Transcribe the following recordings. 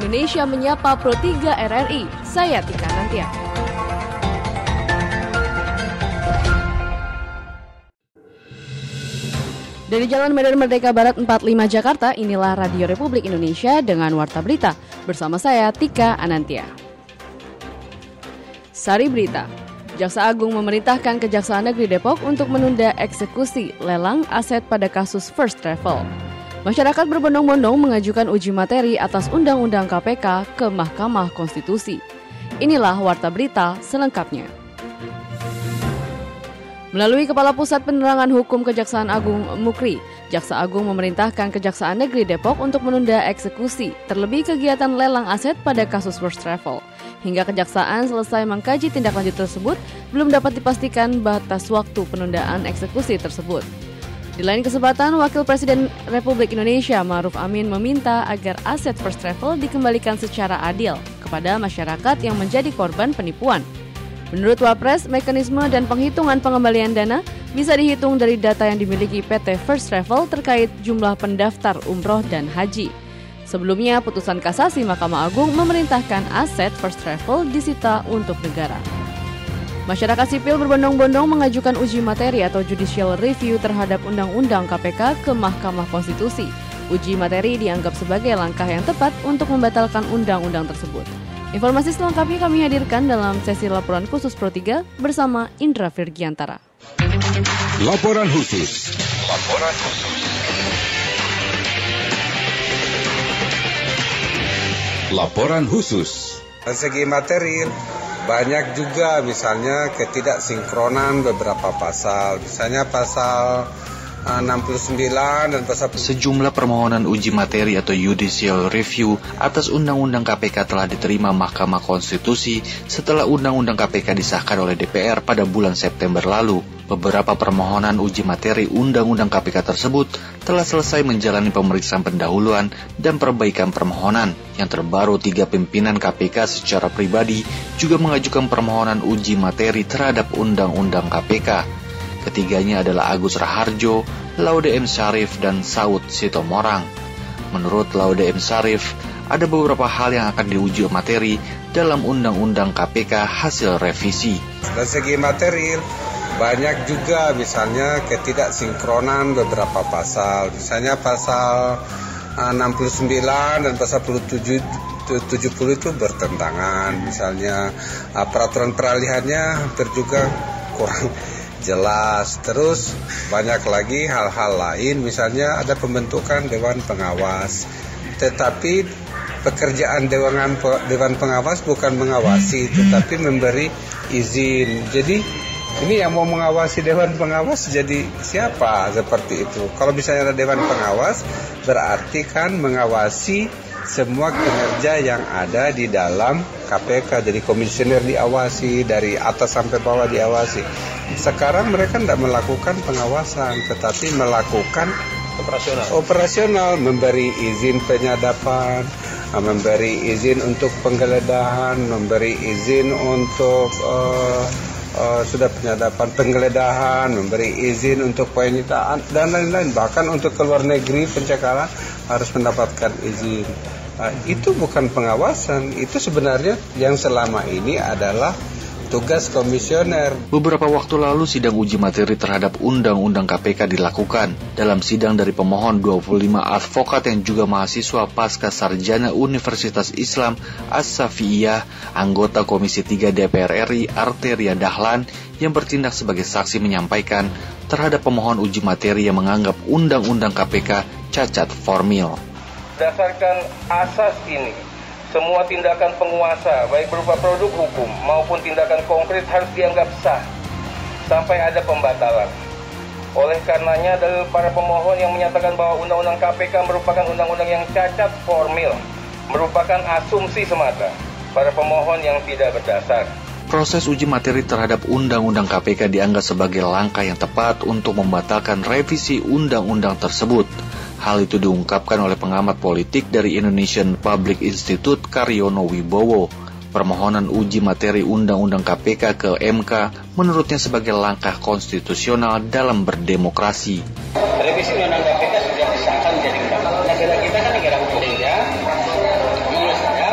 Indonesia Menyapa Pro 3 RRI. Saya Tika Nantia. Dari Jalan Medan Merdeka Barat 45 Jakarta, inilah Radio Republik Indonesia dengan Warta Berita. Bersama saya Tika Anantia. Sari Berita. Jaksa Agung memerintahkan Kejaksaan Negeri Depok untuk menunda eksekusi lelang aset pada kasus First Travel. Masyarakat berbondong-bondong mengajukan uji materi atas Undang-Undang KPK ke Mahkamah Konstitusi. Inilah Warta Berita selengkapnya. Melalui Kepala Pusat Penerangan Hukum Kejaksaan Agung Mukri, Jaksa Agung memerintahkan Kejaksaan Negeri Depok untuk menunda eksekusi, terlebih kegiatan lelang aset pada kasus First Travel. Hingga Kejaksaan selesai mengkaji tindak lanjut tersebut, belum dapat dipastikan batas waktu penundaan eksekusi tersebut. Di lain kesempatan, Wakil Presiden Republik Indonesia Ma'ruf Amin meminta agar aset First Travel dikembalikan secara adil kepada masyarakat yang menjadi korban penipuan. Menurut Wapres, mekanisme dan penghitungan pengembalian dana bisa dihitung dari data yang dimiliki PT First Travel terkait jumlah pendaftar umroh dan haji. Sebelumnya, putusan kasasi Mahkamah Agung memerintahkan aset First Travel disita untuk negara. Masyarakat sipil berbondong-bondong mengajukan uji materi atau judicial review terhadap Undang-Undang KPK ke Mahkamah Konstitusi. Uji materi dianggap sebagai langkah yang tepat untuk membatalkan undang-undang tersebut. Informasi selengkapnya kami hadirkan dalam sesi laporan khusus Pro 3 bersama Indra Virgiantara. Laporan khusus. Laporan khusus. Dari segi materi, banyak juga misalnya ketidaksinkronan beberapa pasal. Misalnya pasal 69 dan pasal... Sejumlah permohonan uji materi atau judicial review atas Undang-Undang KPK telah diterima Mahkamah Konstitusi setelah Undang-Undang KPK disahkan oleh DPR pada bulan September lalu. Beberapa permohonan uji materi Undang-Undang KPK tersebut telah selesai menjalani pemeriksaan pendahuluan dan perbaikan permohonan. Yang terbaru, 3 pimpinan KPK secara pribadi juga mengajukan permohonan uji materi terhadap Undang-Undang KPK. Ketiganya adalah Agus Raharjo, Laude M. Syarif, dan Saud Sitomorang. Menurut Laude M. Syarif, ada beberapa hal yang akan diuji materi dalam Undang-Undang KPK hasil revisi. Dari segi materi, banyak juga misalnya ketidaksinkronan beberapa pasal. Misalnya pasal 69 dan pasal 70 itu bertentangan. Misalnya peraturan peralihannya hampir juga kurang jelas. Terus banyak lagi hal-hal lain, misalnya ada pembentukan Dewan Pengawas. Tetapi pekerjaan Dewan Pengawas bukan mengawasi, tetapi memberi izin. Jadi ini yang mau mengawasi Dewan Pengawas jadi siapa seperti itu? Kalau misalnya ada Dewan Pengawas, berarti kan mengawasi semua kinerja yang ada di dalam KPK. Jadi komisioner diawasi, dari atas sampai bawah diawasi. Sekarang mereka tidak melakukan pengawasan, tetapi melakukan operasional, memberi izin penyadapan, memberi izin untuk penggeledahan, memberi izin untuk sudah penyadapan, penggeledahan, memberi izin untuk penyitaan dan lain-lain. Bahkan untuk ke luar negeri pencekalan harus mendapatkan izin. Itu bukan pengawasan, itu sebenarnya yang selama ini adalah tugas komisioner. Beberapa waktu lalu sidang uji materi terhadap Undang-Undang KPK dilakukan. Dalam sidang dari pemohon 25 advokat yang juga mahasiswa pasca sarjana Universitas Islam As-Safiyah, anggota Komisi 3 DPR RI Arteria Dahlan yang bertindak sebagai saksi menyampaikan terhadap pemohon uji materi yang menganggap Undang-Undang KPK cacat formil. Berdasarkan asas ini, semua tindakan penguasa, baik berupa produk hukum maupun tindakan konkret harus dianggap sah sampai ada pembatalan. Oleh karenanya, dalil para pemohon yang menyatakan bahwa Undang-Undang KPK merupakan undang-undang yang cacat formil, merupakan asumsi semata para pemohon yang tidak berdasar. Proses uji materi terhadap Undang-Undang KPK dianggap sebagai langkah yang tepat untuk membatalkan revisi undang-undang tersebut. Hal itu diungkapkan oleh pengamat politik dari Indonesian Public Institute Karyono Wibowo. Permohonan uji materi Undang-Undang KPK ke MK menurutnya sebagai langkah konstitusional dalam berdemokrasi. Revisi Undang-Undang KPK sudah disahkan menjadi undang-undang. Negara kita kan negara hukum ya. Menurut saya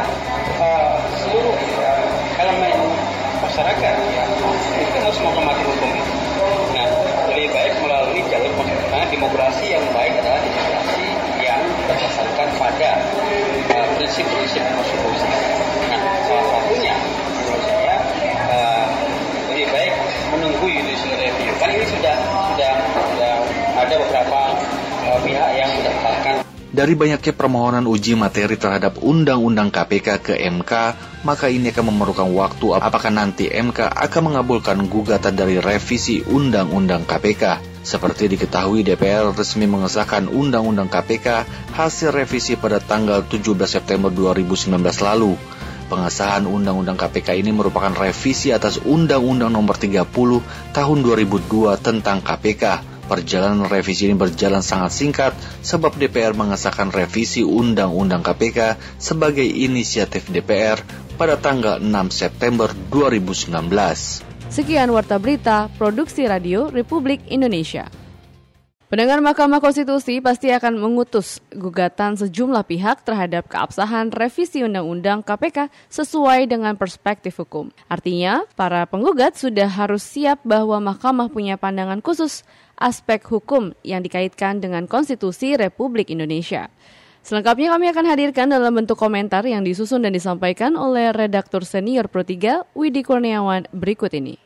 menghormati hukum itu. Nah, lebih baik melalui jalur demokrasi yang baik adalah demokrasi yang berdasarkan pada prinsip-prinsip konstitusi. Nah, salah satunya menurut saya lebih baik menunggu judicial review. Kan ini sudah ada beberapa pihak yang mendaftarkan. Dari banyaknya permohonan uji materi terhadap Undang-Undang KPK ke MK, maka ini akan memerlukan waktu apakah nanti MK akan mengabulkan gugatan dari revisi Undang-Undang KPK. Seperti diketahui, DPR resmi mengesahkan Undang-Undang KPK hasil revisi pada tanggal 17 September 2019 lalu. Pengesahan Undang-Undang KPK ini merupakan revisi atas Undang-Undang Nomor 30 Tahun 2002 tentang KPK. Perjalanan revisi ini berjalan sangat singkat sebab DPR mengesahkan revisi Undang-Undang KPK sebagai inisiatif DPR pada tanggal 6 September 2019. Sekian Warta Berita, Produksi Radio Republik Indonesia. Pendengar Mahkamah Konstitusi pasti akan mengutus gugatan sejumlah pihak terhadap keabsahan revisi Undang-Undang KPK sesuai dengan perspektif hukum. Artinya, para penggugat sudah harus siap bahwa Mahkamah punya pandangan khusus aspek hukum yang dikaitkan dengan Konstitusi Republik Indonesia. Selengkapnya kami akan hadirkan dalam bentuk komentar yang disusun dan disampaikan oleh redaktur senior Pro 3 Widi Kurniawan berikut ini.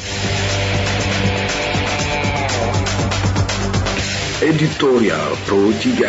Editorial Pro 3.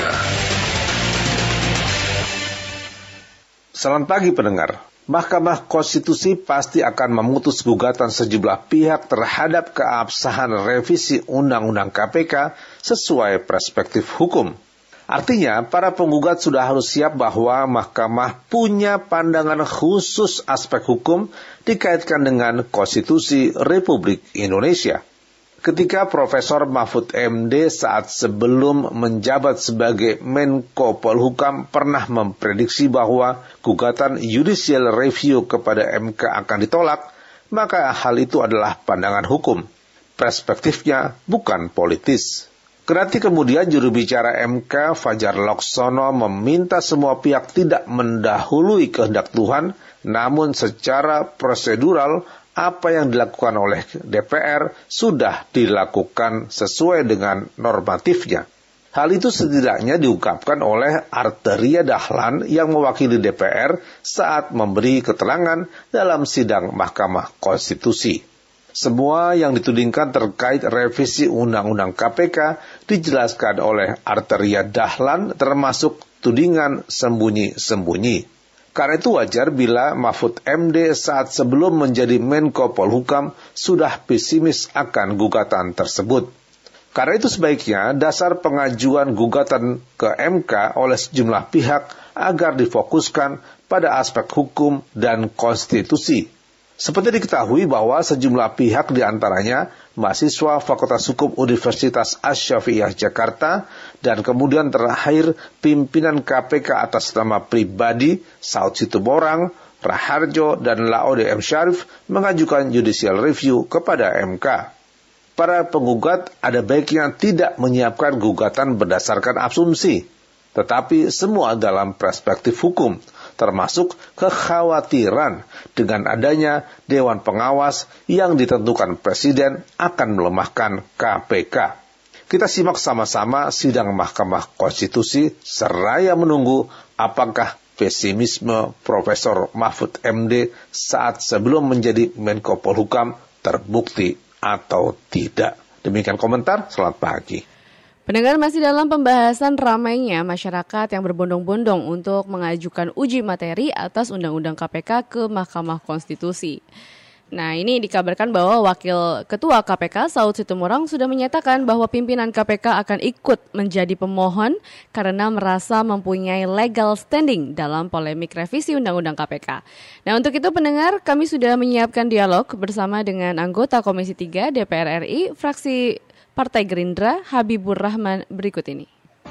Selamat pagi pendengar. Mahkamah Konstitusi pasti akan memutus gugatan sejumlah pihak terhadap keabsahan revisi Undang-Undang KPK sesuai perspektif hukum. Artinya, para penggugat sudah harus siap bahwa Mahkamah punya pandangan khusus aspek hukum dikaitkan dengan Konstitusi Republik Indonesia. Ketika Profesor Mahfud MD saat sebelum menjabat sebagai Menko Polhukam pernah memprediksi bahwa gugatan judicial review kepada MK akan ditolak, maka hal itu adalah pandangan hukum. Perspektifnya bukan politis. Kendati kemudian juru bicara MK Fajar Laksono meminta semua pihak tidak mendahului kehendak Tuhan, namun secara prosedural apa yang dilakukan oleh DPR sudah dilakukan sesuai dengan normatifnya. Hal itu setidaknya diungkapkan oleh Arteria Dahlan yang mewakili DPR saat memberi keterangan dalam sidang Mahkamah Konstitusi. Semua yang ditudingkan terkait revisi Undang-Undang KPK dijelaskan oleh Arteria Dahlan termasuk tudingan sembunyi-sembunyi. Karena itu wajar bila Mahfud MD saat sebelum menjadi Menko Polhukam sudah pesimis akan gugatan tersebut. Karena itu sebaiknya dasar pengajuan gugatan ke MK oleh sejumlah pihak agar difokuskan pada aspek hukum dan konstitusi. Seperti diketahui bahwa sejumlah pihak diantaranya mahasiswa Fakultas Hukum Universitas Asy-Syafi'iyah Jakarta dan kemudian terakhir pimpinan KPK atas nama pribadi Saud Situborang, Raharjo, dan Laode M. Syarif mengajukan judicial review kepada MK. Para penggugat ada baiknya tidak menyiapkan gugatan berdasarkan asumsi, tetapi semua dalam perspektif hukum, termasuk kekhawatiran dengan adanya Dewan Pengawas yang ditentukan Presiden akan melemahkan KPK. Kita simak sama-sama sidang Mahkamah Konstitusi seraya menunggu apakah pesimisme Profesor Mahfud MD saat sebelum menjadi Menko Polhukam terbukti atau tidak. Demikian komentar, selamat pagi. Pendengar, masih dalam pembahasan ramainya masyarakat yang berbondong-bondong untuk mengajukan uji materi atas Undang-Undang KPK ke Mahkamah Konstitusi. Nah, ini dikabarkan bahwa Wakil Ketua KPK Saud Situmorang sudah menyatakan bahwa pimpinan KPK akan ikut menjadi pemohon karena merasa mempunyai legal standing dalam polemik revisi Undang-Undang KPK. Nah, untuk itu pendengar, kami sudah menyiapkan dialog bersama dengan anggota Komisi 3 DPR RI, fraksi Partai Gerindra, Habibur Rahman berikut ini.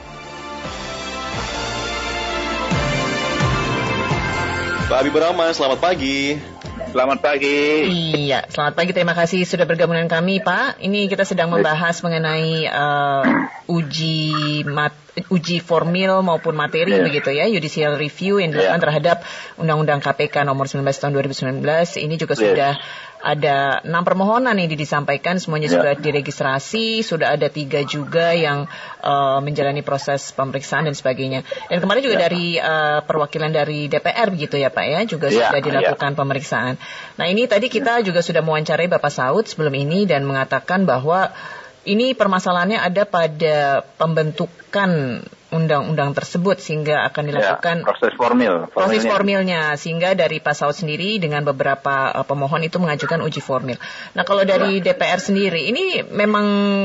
Pak Habibur Rahman, selamat pagi. Selamat pagi. Iya, selamat pagi. Terima kasih sudah bergabung dengan kami, Pak. Ini kita sedang membahas mengenai uji formil maupun materi begitu ya, judicial review yang dilakukan terhadap Undang-Undang KPK nomor 19 tahun 2019. Ini juga sudah ada 6 permohonan yang disampaikan, semuanya sudah diregistrasi, sudah ada 3 juga yang menjalani proses pemeriksaan dan sebagainya. Dan kemarin juga dari perwakilan dari DPR begitu ya Pak ya, juga sudah dilakukan pemeriksaan. Nah ini tadi kita juga sudah mewawancarai Bapak Saud sebelum ini dan mengatakan bahwa ini permasalahannya ada pada pembentukan undang-undang tersebut sehingga akan dilakukan proses formilnya sehingga dari Pak Saud sendiri dengan beberapa pemohon itu mengajukan uji formil. Nah kalau dari DPR sendiri ini memang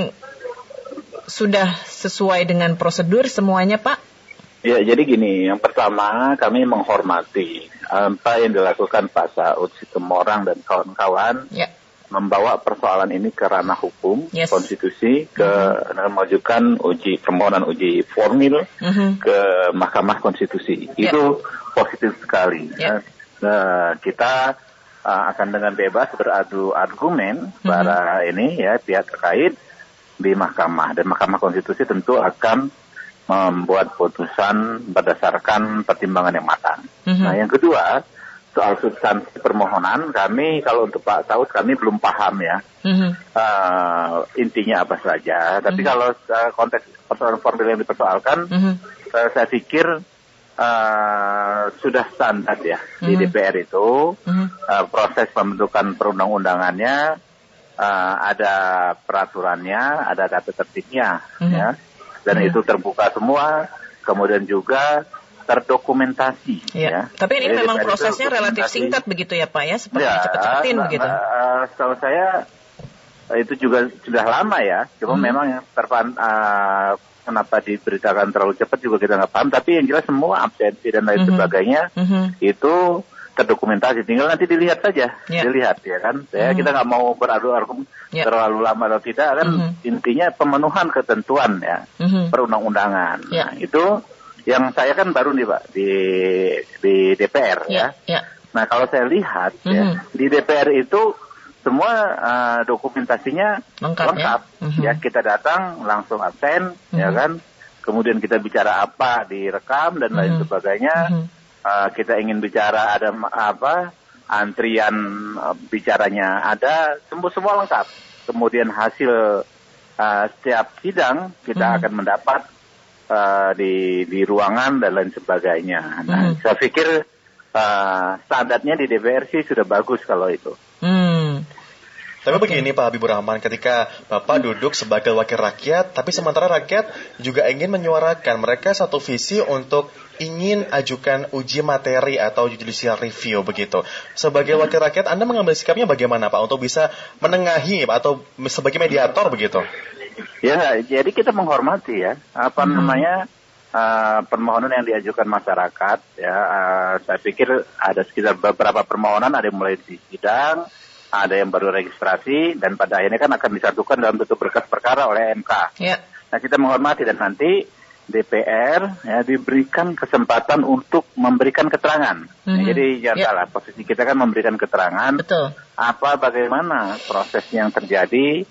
sudah sesuai dengan prosedur semuanya Pak? Ya jadi gini, yang pertama kami menghormati apa yang dilakukan Pak Saud Situmorang dan kawan-kawan. Membawa persoalan ini ke ranah hukum, konstitusi, mengajukan permohonan uji formil ke Mahkamah Konstitusi. Itu positif sekali. Kita akan dengan bebas beradu argumen para pihak terkait di Mahkamah, dan Mahkamah Konstitusi tentu akan membuat putusan berdasarkan pertimbangan yang matang. Nah, yang kedua, soal substansi permohonan, kami kalau untuk Pak Saud kami belum paham ya intinya apa saja. Tapi kalau konteks persoalan formil yang dipersoalkan, saya pikir sudah standar ya di DPR itu. Proses pembentukan perundang-undangannya ada peraturannya, ada tata tertibnya, ya, dan itu terbuka semua. Kemudian juga terdokumentasi. Ya. Tapi ini memang prosesnya relatif singkat begitu ya Pak ya, seperti cepet-cepetin begitu. Setahu saya itu juga sudah lama ya, cuma memang yang kenapa diberitakan terlalu cepat juga kita nggak paham. Tapi yang jelas semua absensi dan lain sebagainya itu terdokumentasi. Tinggal nanti dilihat saja, dilihat ya kan. Kita nggak mau beradu argumen terlalu lama atau tidak kan. Intinya pemenuhan ketentuan ya perundang-undangan. Nah, itu yang saya kan baru nih Pak di DPR ya. Nah kalau saya lihat ya di DPR itu semua dokumentasinya lengkap. Ya kita datang langsung absen ya kan. Kemudian kita bicara apa direkam dan lain sebagainya. Kita ingin bicara ada antrian bicaranya ada, semua lengkap. Kemudian hasil setiap sidang kita akan mendapat di ruangan dan lain sebagainya. Nah, saya pikir standarnya di DPR sih sudah bagus kalau itu. Tapi begini Pak Habibur Rahman, ketika Bapak duduk sebagai wakil rakyat, tapi sementara rakyat juga ingin menyuarakan mereka satu visi untuk ingin ajukan uji materi atau judicial review begitu. Sebagai wakil rakyat, Anda mengambil sikapnya bagaimana Pak untuk bisa menengahi atau sebagai mediator begitu? Ya, jadi kita menghormati ya permohonan yang diajukan masyarakat ya. Saya pikir ada sekitar beberapa permohonan, ada yang mulai di sidang, ada yang baru registrasi, dan pada akhirnya kan akan disatukan dalam bentuk berkas perkara oleh MK. Nah, kita menghormati dan nanti DPR ya diberikan kesempatan untuk memberikan keterangan. Nah, jadi jangan salah, posisi kita kan memberikan keterangan. Bagaimana proses yang terjadi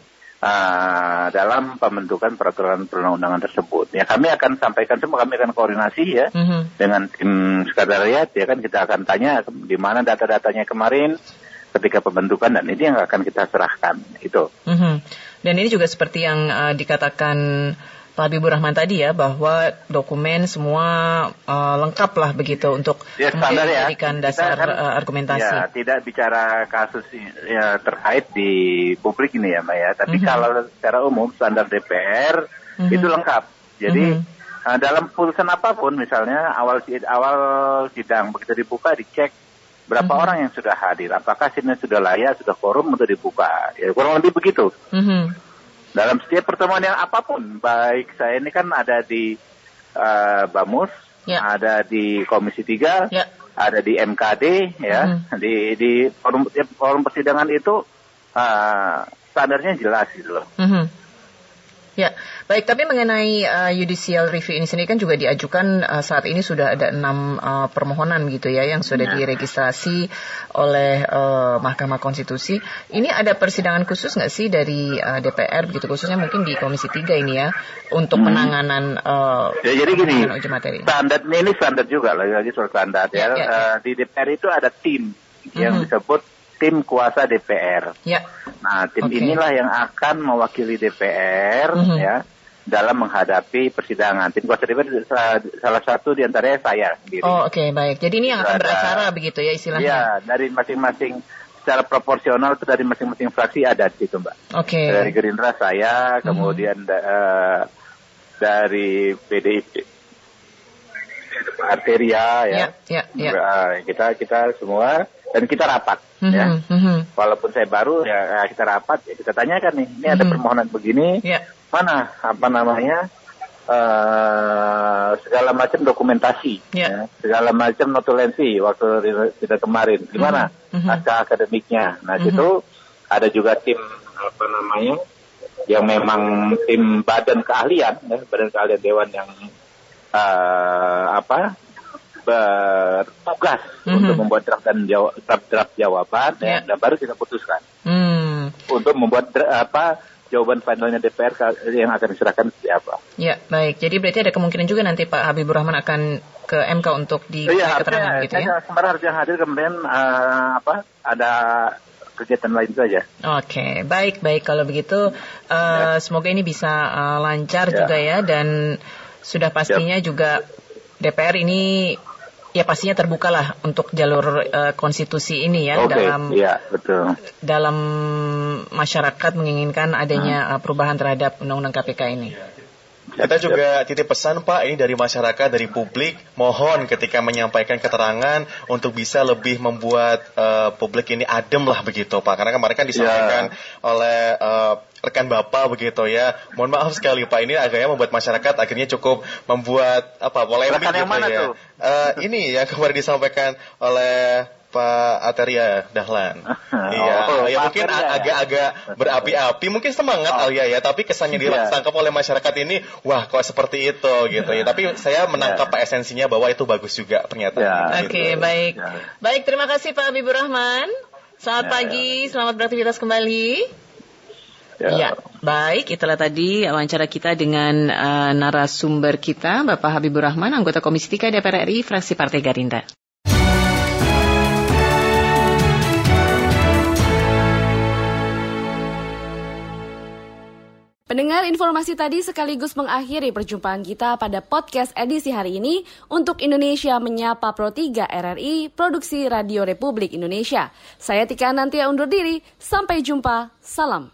dalam pembentukan peraturan perundang-undangan tersebut. Ya kami akan sampaikan semua, kami akan koordinasi ya dengan tim sekretariat ya kan, kita akan tanya di mana data-datanya kemarin ketika pembentukan, dan ini yang akan kita serahkan itu. Dan ini juga seperti yang dikatakan Pak Habibur Rahman tadi ya, bahwa dokumen semua lengkap lah begitu untuk kemudian dijadikan dasar argumentasi. Ya, tidak bicara kasus ya, terkait di publik ini ya Mbak ya, tapi kalau secara umum standar DPR itu lengkap. Jadi dalam putusan apapun, misalnya awal sidang begitu dibuka dicek berapa orang yang sudah hadir, apakah sidang sudah layak, sudah quorum untuk dibuka, ya kurang lebih begitu. Dalam setiap pertemuan yang apapun, baik saya ini kan ada di Bamus, ada di Komisi 3, ada di MKD, ya, di forum persidangan itu standarnya jelas gitu loh. Ya, baik. Tapi mengenai judicial review ini sendiri kan juga diajukan saat ini sudah ada 6 permohonan gitu ya yang sudah diregistrasi oleh Mahkamah Konstitusi. Ini ada persidangan khusus nggak sih dari DPR begitu, khususnya mungkin di Komisi 3 ini ya untuk penanganan jadi gini, uji materi. Ini standar juga lagi soal standar ya. Di DPR itu ada tim yang disebut tim kuasa DPR. Ya. Nah, tim inilah yang akan mewakili DPR ya dalam menghadapi persidangan. Tim kuasa DPR salah satu di antaranya saya sendiri. Oh, oke, baik. Jadi ini yang akan beracara begitu ya istilahnya. Iya, dari masing-masing secara proporsional itu dari masing-masing fraksi ada di situ, Mbak. Oke. Dari Gerindra saya, kemudian dari PDIP Arteria ya. Kita semua dan kita rapat ya. Walaupun saya baru ya kita rapat ya kita tanyakan nih, ini ada permohonan begini. Mana segala macam dokumentasi ya, segala macam notulensi waktu kita kemarin gimana naskah akademiknya. Nah, itu ada juga tim yang memang tim badan keahlian ya, badan keahlian dewan yang bertugas untuk membuat draft jawaban dan baru kita putuskan untuk membuat jawaban finalnya DPR yang akan diserahkan seperti apa. Ya, baik. Jadi berarti ada kemungkinan juga nanti Pak Habibur Rahman akan ke MK untuk keterangan gitu ya? Sebenarnya harusnya hadir, kemudian ada kegiatan lain saja. Oke, baik kalau begitu semoga ini bisa lancar juga ya, dan sudah pastinya juga DPR ini ya pastinya terbukalah untuk jalur konstitusi ini ya dalam masyarakat menginginkan adanya perubahan terhadap Undang-Undang KPK ini. Kita juga titip pesan Pak, ini dari masyarakat, dari publik, mohon ketika menyampaikan keterangan untuk bisa lebih membuat publik ini adem lah begitu Pak, karena kemarin kan disampaikan oleh rekan Bapak begitu ya. Mohon maaf sekali Pak, ini agaknya membuat masyarakat akhirnya cukup membuat polemik gitu ya. Ini yang kemarin disampaikan oleh Pak Arteria Dahlan. Mungkin agak berapi-api, mungkin semangat Alia ya, tapi kesannya ditangkap oleh masyarakat ini, wah kok seperti itu gitu ya. Tapi saya menangkap esensinya bahwa itu bagus juga pernyataan. Oke, baik. Baik, terima kasih Pak Habibur Rahman. Selamat pagi, selamat beraktivitas kembali. Ya, baik, itulah tadi wawancara kita dengan narasumber kita, Bapak Habibur Rahman, anggota Komisi 3 DPR RI, fraksi Partai Gerindra. Pendengar, informasi tadi sekaligus mengakhiri perjumpaan kita pada podcast edisi hari ini untuk Indonesia Menyapa Pro 3 RRI, Produksi Radio Republik Indonesia. Saya Tika Nantia undur diri, sampai jumpa, salam.